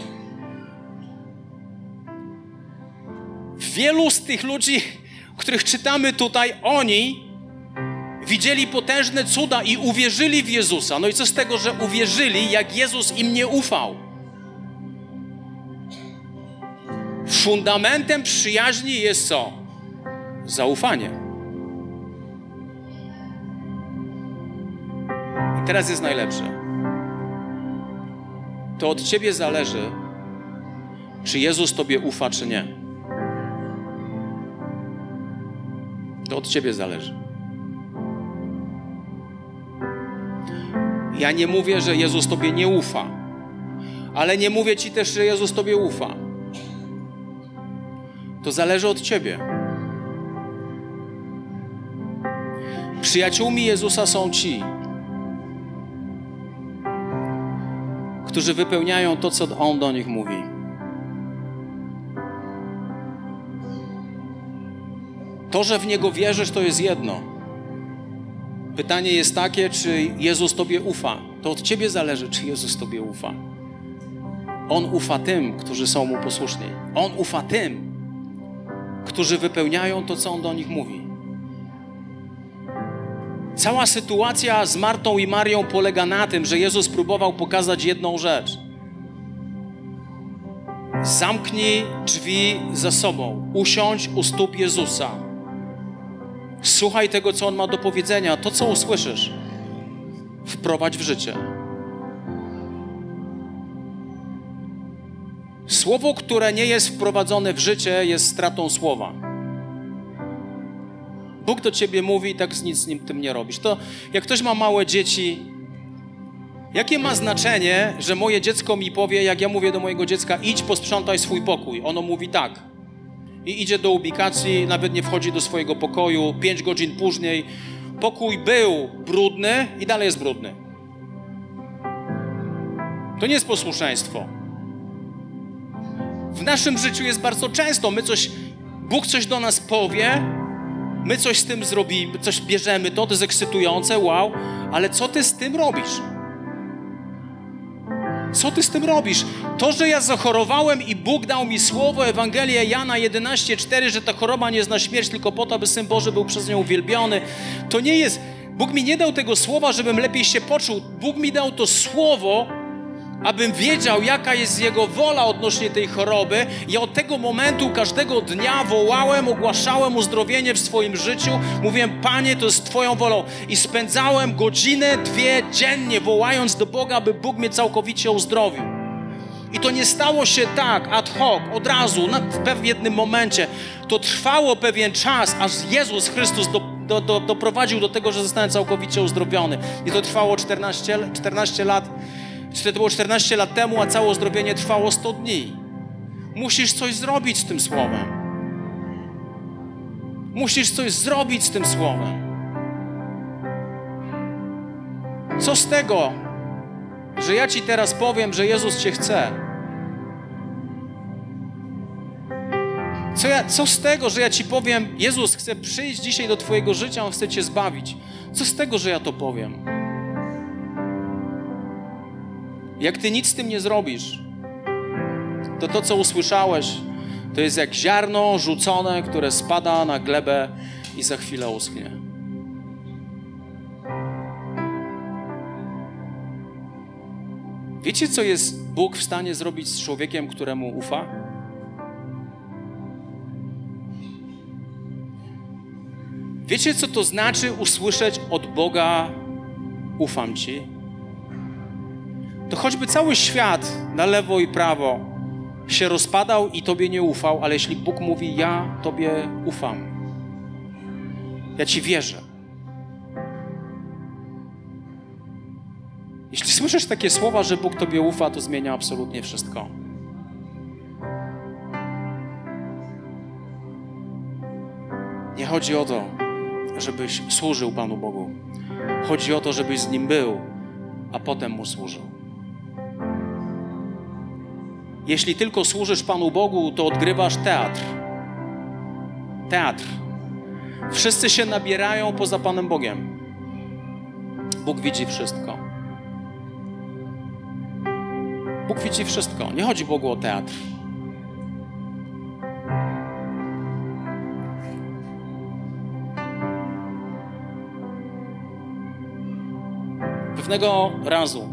Wielu z tych ludzi, o których czytamy tutaj, oni widzieli potężne cuda i uwierzyli w Jezusa. No i co z tego, że uwierzyli, jak Jezus im nie ufał? Fundamentem przyjaźni jest co? Zaufanie. I teraz jest najlepsze. To od ciebie zależy, czy Jezus tobie ufa, czy nie. To od ciebie zależy. Ja nie mówię, że Jezus tobie nie ufa, ale nie mówię ci też, że Jezus tobie ufa. To zależy od ciebie. Przyjaciółmi Jezusa są ci, którzy wypełniają to, co On do nich mówi. To, że w Niego wierzysz, to jest jedno. Pytanie jest takie, czy Jezus tobie ufa. To od ciebie zależy, czy Jezus tobie ufa. On ufa tym, którzy są Mu posłuszni. On ufa tym, którzy wypełniają to, co On do nich mówi. Cała sytuacja z Martą i Marią polega na tym, że Jezus próbował pokazać jedną rzecz. Zamknij drzwi za sobą. Usiądź u stóp Jezusa. Słuchaj tego, co On ma do powiedzenia. To, co usłyszysz, wprowadź w życie. Słowo, które nie jest wprowadzone w życie, jest stratą słowa. Bóg do ciebie mówi i tak nic z nim tym nie robisz. To jak ktoś ma małe dzieci, jakie ma znaczenie, że moje dziecko mi powie, jak ja mówię do mojego dziecka, idź posprzątaj swój pokój. Ono mówi tak. I idzie do ubikacji, nawet nie wchodzi do swojego pokoju. 5 godzin później pokój był brudny i dalej jest brudny. To nie jest posłuszeństwo. W naszym życiu jest bardzo często, Bóg coś do nas powie, my coś z tym zrobimy, coś bierzemy, to jest ekscytujące, wow, ale co ty z tym robisz? Co ty z tym robisz? To, że ja zachorowałem i Bóg dał mi słowo, Ewangelię Jana 11:4, że ta choroba nie zna śmierć, tylko po to, aby Syn Boży był przez nią uwielbiony, to nie jest... Bóg mi nie dał tego słowa, żebym lepiej się poczuł. Bóg mi dał to słowo, abym wiedział, jaka jest Jego wola odnośnie tej choroby. I od tego momentu każdego dnia wołałem, ogłaszałem uzdrowienie w swoim życiu. Mówiłem, Panie, to jest Twoją wolą. I spędzałem godzinę, 2 dziennie, wołając do Boga, aby Bóg mnie całkowicie uzdrowił. I to nie stało się tak, ad hoc, od razu, w jednym momencie. To trwało pewien czas, aż Jezus Chrystus doprowadził do tego, że zostałem całkowicie uzdrowiony. I to trwało 14 lat. To było 14 lat temu, a całe uzdrowienie trwało 100 dni. Musisz coś zrobić z tym słowem. Musisz coś zrobić z tym słowem. Co z tego, że ja ci teraz powiem, że Jezus cię chce? Co z tego, że ja ci powiem, Jezus chce przyjść dzisiaj do twojego życia, On chce cię zbawić? Co z tego, że ja to powiem? Jak ty nic z tym nie zrobisz, to co usłyszałeś, to jest jak ziarno rzucone, które spada na glebę i za chwilę uschnie. Wiecie, co jest Bóg w stanie zrobić z człowiekiem, któremu ufa? Wiecie, co to znaczy usłyszeć od Boga, ufam Ci? To choćby cały świat na lewo i prawo się rozpadał i Tobie nie ufał, ale jeśli Bóg mówi, ja Tobie ufam, ja Ci wierzę. Jeśli słyszysz takie słowa, że Bóg Tobie ufa, to zmienia absolutnie wszystko. Nie chodzi o to, żebyś służył Panu Bogu. Chodzi o to, żebyś z Nim był, a potem Mu służył. Jeśli tylko służysz Panu Bogu, to odgrywasz teatr. Teatr. Wszyscy się nabierają poza Panem Bogiem. Bóg widzi wszystko. Bóg widzi wszystko. Nie chodzi Bogu o teatr. Pewnego razu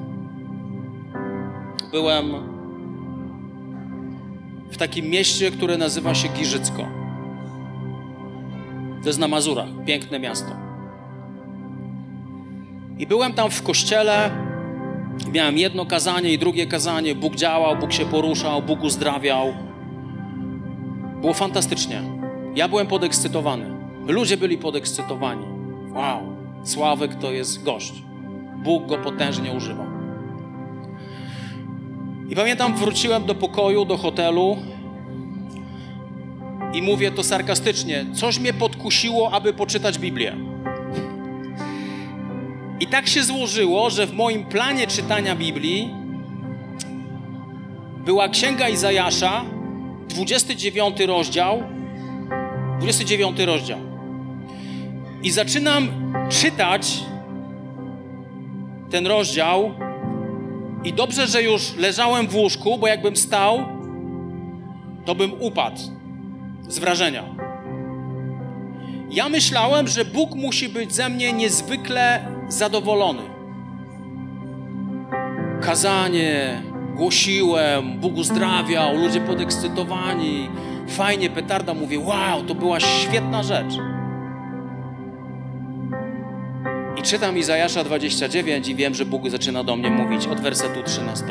byłem w takim mieście, które nazywa się Giżycko. To jest na Mazurach, piękne miasto. I byłem tam w kościele, miałem jedno kazanie i drugie kazanie. Bóg działał, Bóg się poruszał, Bóg uzdrawiał. Było fantastycznie. Ja byłem podekscytowany. Ludzie byli podekscytowani. Wow, Sławek to jest gość. Bóg go potężnie używał. I pamiętam, wróciłem do pokoju, do hotelu i mówię to sarkastycznie. Coś mnie podkusiło, aby poczytać Biblię. I tak się złożyło, że w moim planie czytania Biblii była Księga Izajasza, 29 rozdział. I zaczynam czytać ten rozdział i dobrze, że już leżałem w łóżku, bo jakbym stał, to bym upadł z wrażenia. Ja myślałem, że Bóg musi być ze mnie niezwykle zadowolony. Kazanie, głosiłem, Bóg uzdrawiał, ludzie podekscytowani. Fajnie, petarda, mówię, wow, to była świetna rzecz. I czytam Izajasza 29 i wiem, że Bóg zaczyna do mnie mówić od wersetu 13.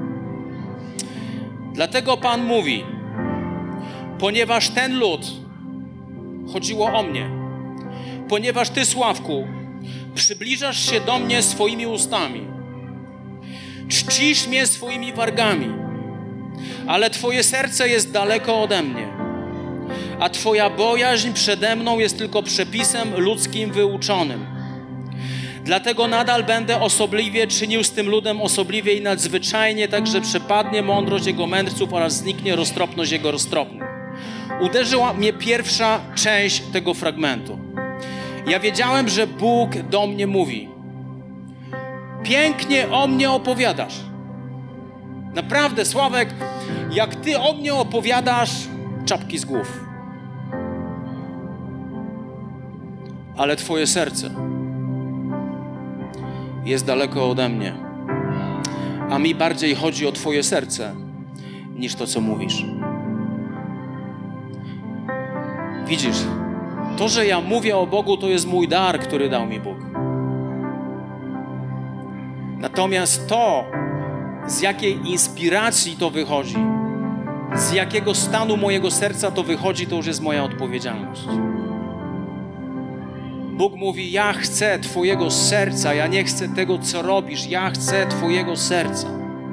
Dlatego Pan mówi, ponieważ ten lud, chodziło o mnie, ponieważ Ty, Sławku, przybliżasz się do mnie swoimi ustami, czcisz mnie swoimi wargami, ale Twoje serce jest daleko ode mnie, a Twoja bojaźń przede mną jest tylko przepisem ludzkim wyuczonym. Dlatego nadal będę osobliwie czynił z tym ludem osobliwie i nadzwyczajnie, tak że przepadnie mądrość jego mędrców oraz zniknie roztropność jego roztropnych. Uderzyła mnie pierwsza część tego fragmentu. Ja wiedziałem, że Bóg do mnie mówi. Pięknie o mnie opowiadasz. Naprawdę, Sławek, jak Ty o mnie opowiadasz, czapki z głów. Ale Twoje serce jest daleko ode mnie. A mi bardziej chodzi o Twoje serce, niż to, co mówisz. Widzisz, to, że ja mówię o Bogu, to jest mój dar, który dał mi Bóg. Natomiast to, z jakiej inspiracji to wychodzi, z jakiego stanu mojego serca to wychodzi, to już jest moja odpowiedzialność. Bóg mówi, ja chcę Twojego serca, ja nie chcę tego, co robisz, ja chcę Twojego serca.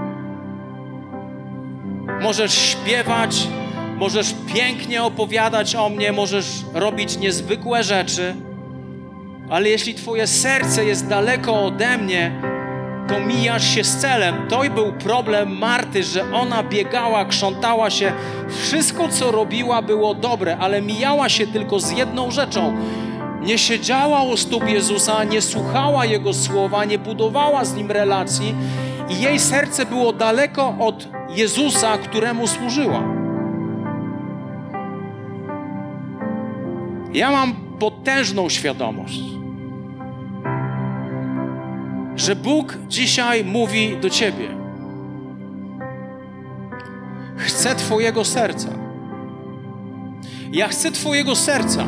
Możesz śpiewać, możesz pięknie opowiadać o mnie, możesz robić niezwykłe rzeczy, ale jeśli Twoje serce jest daleko ode mnie, to mijasz się z celem. To był problem Marty, że ona biegała, krzątała się, wszystko, co robiła, było dobre, ale mijała się tylko z jedną rzeczą. Nie siedziała u stóp Jezusa, nie słuchała Jego słowa, nie budowała z Nim relacji i jej serce było daleko od Jezusa, któremu służyła. Ja mam potężną świadomość, że Bóg dzisiaj mówi do Ciebie. Chcę Twojego serca. Ja chcę Twojego serca.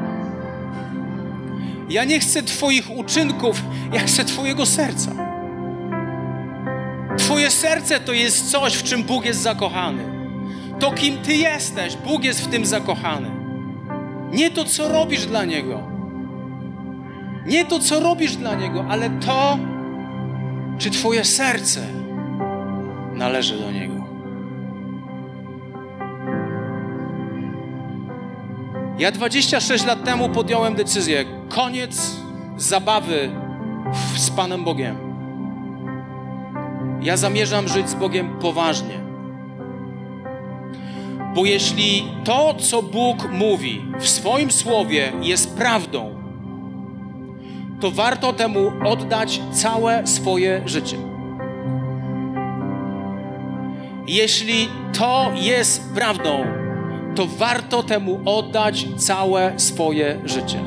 Ja nie chcę Twoich uczynków, ja chcę Twojego serca. Twoje serce to jest coś, w czym Bóg jest zakochany. To, kim Ty jesteś, Bóg jest w tym zakochany. Nie to, co robisz dla Niego. Nie to, co robisz dla Niego, ale to, czy Twoje serce należy do Niego. Ja 26 lat temu podjąłem decyzję. Koniec zabawy z Panem Bogiem. Ja zamierzam żyć z Bogiem poważnie. Bo jeśli to, co Bóg mówi w swoim słowie jest prawdą, to warto temu oddać całe swoje życie. Jeśli to jest prawdą, to warto temu oddać całe swoje życie.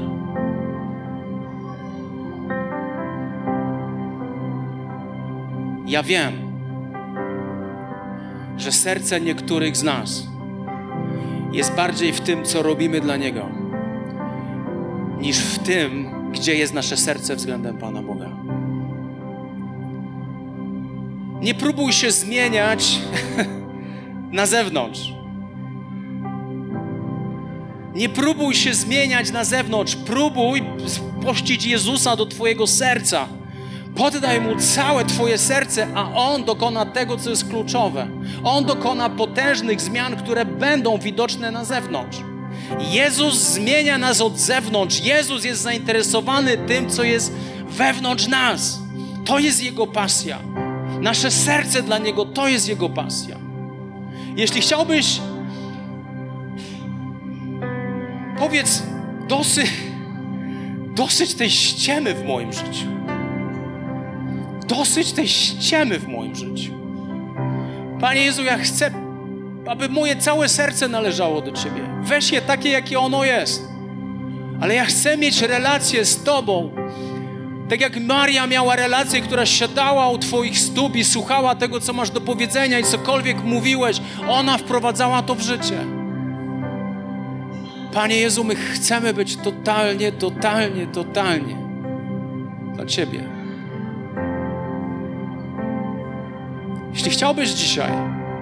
Ja wiem, że serce niektórych z nas jest bardziej w tym, co robimy dla Niego, niż w tym, gdzie jest nasze serce względem Pana Boga. Nie próbuj się zmieniać na zewnątrz. Nie próbuj się zmieniać na zewnątrz. Próbuj wpuścić Jezusa do twojego serca. Poddaj Mu całe twoje serce, a On dokona tego, co jest kluczowe. On dokona potężnych zmian, które będą widoczne na zewnątrz. Jezus zmienia nas od zewnątrz. Jezus jest zainteresowany tym, co jest wewnątrz nas. To jest Jego pasja. Nasze serce dla Niego to jest Jego pasja. Jeśli chciałbyś, powiedz, dosyć tej ściemy w moim życiu. Dosyć tej ściemy w moim życiu. Panie Jezu, ja chcę, aby moje całe serce należało do Ciebie. Weź je takie, jakie ono jest. Ale ja chcę mieć relację z Tobą. Tak jak Maria miała relację, która siadała u Twoich stóp i słuchała tego, co masz do powiedzenia i cokolwiek mówiłeś, ona wprowadzała to w życie. Panie Jezu, my chcemy być totalnie dla Ciebie. Jeśli chciałbyś dzisiaj,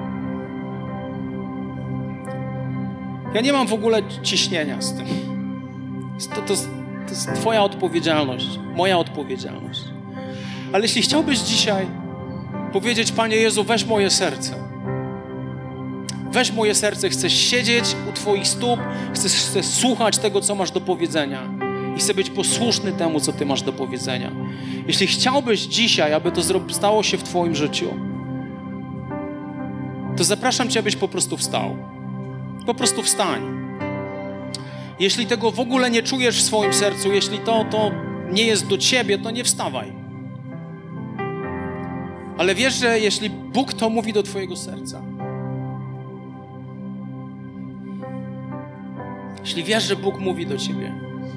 ja nie mam w ogóle ciśnienia z tym. To jest Twoja odpowiedzialność, moja odpowiedzialność. Ale jeśli chciałbyś dzisiaj powiedzieć, Panie Jezu, weź moje serce. Weź moje serce, chcę siedzieć u Twoich stóp, chcę słuchać tego, co masz do powiedzenia. I chcę być posłuszny temu, co Ty masz do powiedzenia. Jeśli chciałbyś dzisiaj, aby to stało się w Twoim życiu, to zapraszam Cię, abyś po prostu wstał. Po prostu wstań. Jeśli tego w ogóle nie czujesz w swoim sercu, jeśli to nie jest do Ciebie, to nie wstawaj. Ale wiesz, że jeśli Bóg to mówi do Twojego serca, jeśli wiesz, że Bóg mówi do Ciebie,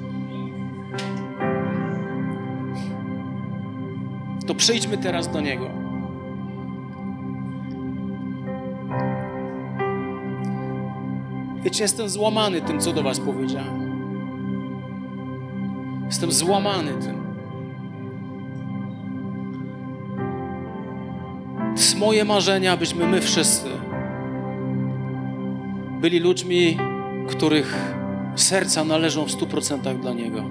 to przyjdźmy teraz do Niego. Wiecie, jestem złamany tym, co do was powiedziałem. Jestem złamany tym. To jest moje marzenie, abyśmy my wszyscy byli ludźmi, których serca należą w 100% dla Niego.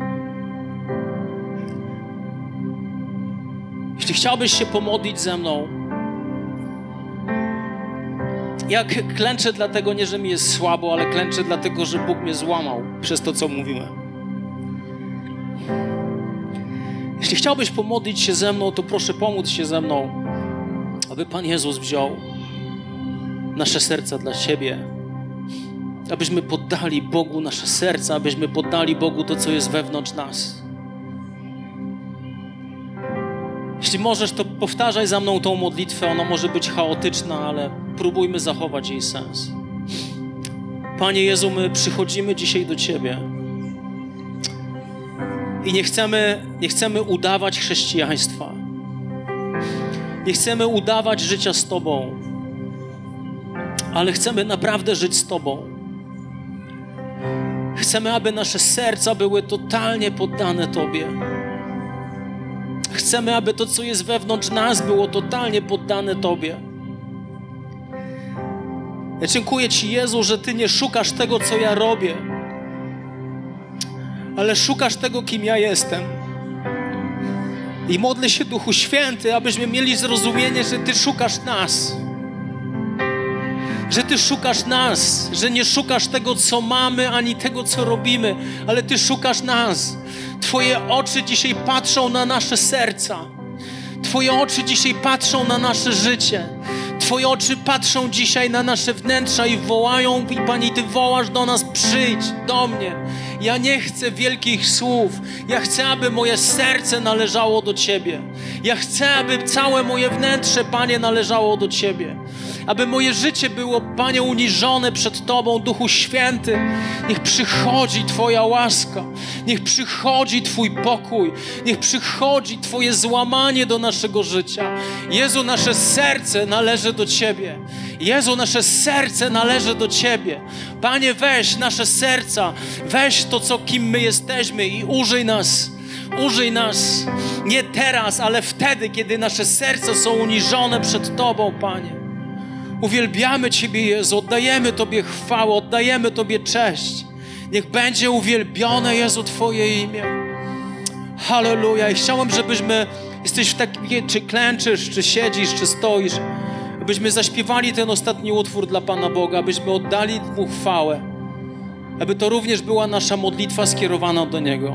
Jeśli chciałbyś się pomodlić ze mną, ja klęczę dlatego nie, że mi jest słabo, ale klęczę dlatego, że Bóg mnie złamał przez to, co mówiłem. Jeśli chciałbyś pomodlić się ze mną, to proszę pomóc się ze mną, aby Pan Jezus wziął nasze serca dla siebie, abyśmy poddali Bogu nasze serca, abyśmy poddali Bogu to, co jest wewnątrz nas. Jeśli możesz, to powtarzaj za mną tą modlitwę. Ona może być chaotyczna, ale próbujmy zachować jej sens. Panie Jezu, my przychodzimy dzisiaj do Ciebie i nie chcemy udawać chrześcijaństwa. Nie chcemy udawać życia z Tobą, ale chcemy naprawdę żyć z Tobą. Chcemy, aby nasze serca były totalnie poddane Tobie. Chcemy, aby to, co jest wewnątrz nas, było totalnie poddane Tobie. Ja dziękuję Ci, Jezu, że Ty nie szukasz tego, co ja robię, ale szukasz tego, kim ja jestem. I modlę się, Duchu Święty, abyśmy mieli zrozumienie, że Ty szukasz nas. Że Ty szukasz nas, że nie szukasz tego, co mamy, ani tego, co robimy, ale Ty szukasz nas. Twoje oczy dzisiaj patrzą na nasze serca. Twoje oczy dzisiaj patrzą na nasze życie. Twoje oczy patrzą dzisiaj na nasze wnętrza i wołają, i Pani, Ty wołasz do nas, przyjdź do mnie. Ja nie chcę wielkich słów. Ja chcę, aby moje serce należało do Ciebie. Ja chcę, aby całe moje wnętrze, Panie, należało do Ciebie. aby moje życie było, Panie, uniżone przed Tobą, Duchu Święty. Niech przychodzi Twoja łaska, niech przychodzi Twój pokój, niech przychodzi Twoje złamanie do naszego życia. Jezu, nasze serce należy do Ciebie. Jezu, nasze serce należy do Ciebie. Panie, weź nasze serca, weź to, kim my jesteśmy i użyj nas. Użyj nas nie teraz, ale wtedy, kiedy nasze serca są uniżone przed Tobą, Panie. Uwielbiamy Ciebie, Jezu, oddajemy Tobie chwałę, oddajemy Tobie cześć. Niech będzie uwielbione, Jezu, Twoje imię. Halleluja. I chciałem, żebyśmy, jesteś w takim, czy klęczysz, czy siedzisz, czy stoisz, abyśmy zaśpiewali ten ostatni utwór dla Pana Boga, abyśmy oddali Mu chwałę, aby to również była nasza modlitwa skierowana do Niego.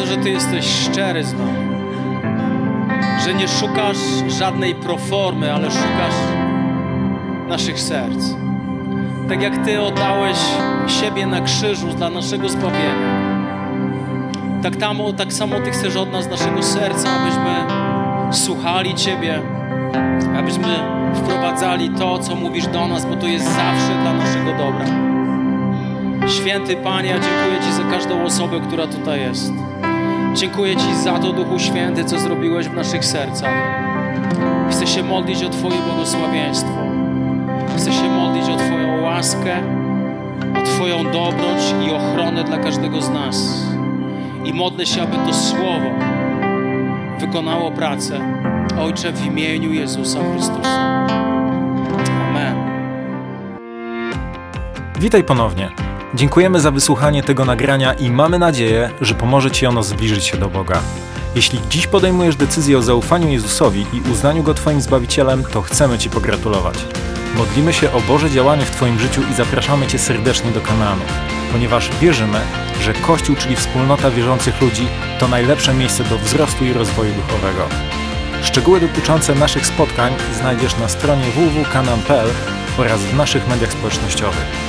że Ty jesteś szczery z nami. Że nie szukasz żadnej proformy, ale szukasz naszych serc. Tak jak Ty oddałeś siebie na krzyżu dla naszego zbawienia, tak samo Ty chcesz od nas, naszego serca, abyśmy słuchali Ciebie, abyśmy wprowadzali to, co mówisz do nas, bo to jest zawsze dla naszego dobra. Święty Panie, ja dziękuję Ci za każdą osobę, która tutaj jest. Dziękuję Ci za to, Duchu Święty, co zrobiłeś w naszych sercach. Chcę się modlić o Twoje błogosławieństwo. Chcę się modlić o Twoją łaskę, o Twoją dobroć i ochronę dla każdego z nas. I modlę się, aby to Słowo wykonało pracę. Ojcze, w imieniu Jezusa Chrystusa. Amen. Witaj ponownie. Dziękujemy za wysłuchanie tego nagrania i mamy nadzieję, że pomoże Ci ono zbliżyć się do Boga. Jeśli dziś podejmujesz decyzję o zaufaniu Jezusowi i uznaniu Go Twoim Zbawicielem, to chcemy Ci pogratulować. Modlimy się o Boże działanie w Twoim życiu i zapraszamy Cię serdecznie do Kanaanu, ponieważ wierzymy, że Kościół, czyli wspólnota wierzących ludzi, to najlepsze miejsce do wzrostu i rozwoju duchowego. Szczegóły dotyczące naszych spotkań znajdziesz na stronie www.kanaan.pl oraz w naszych mediach społecznościowych.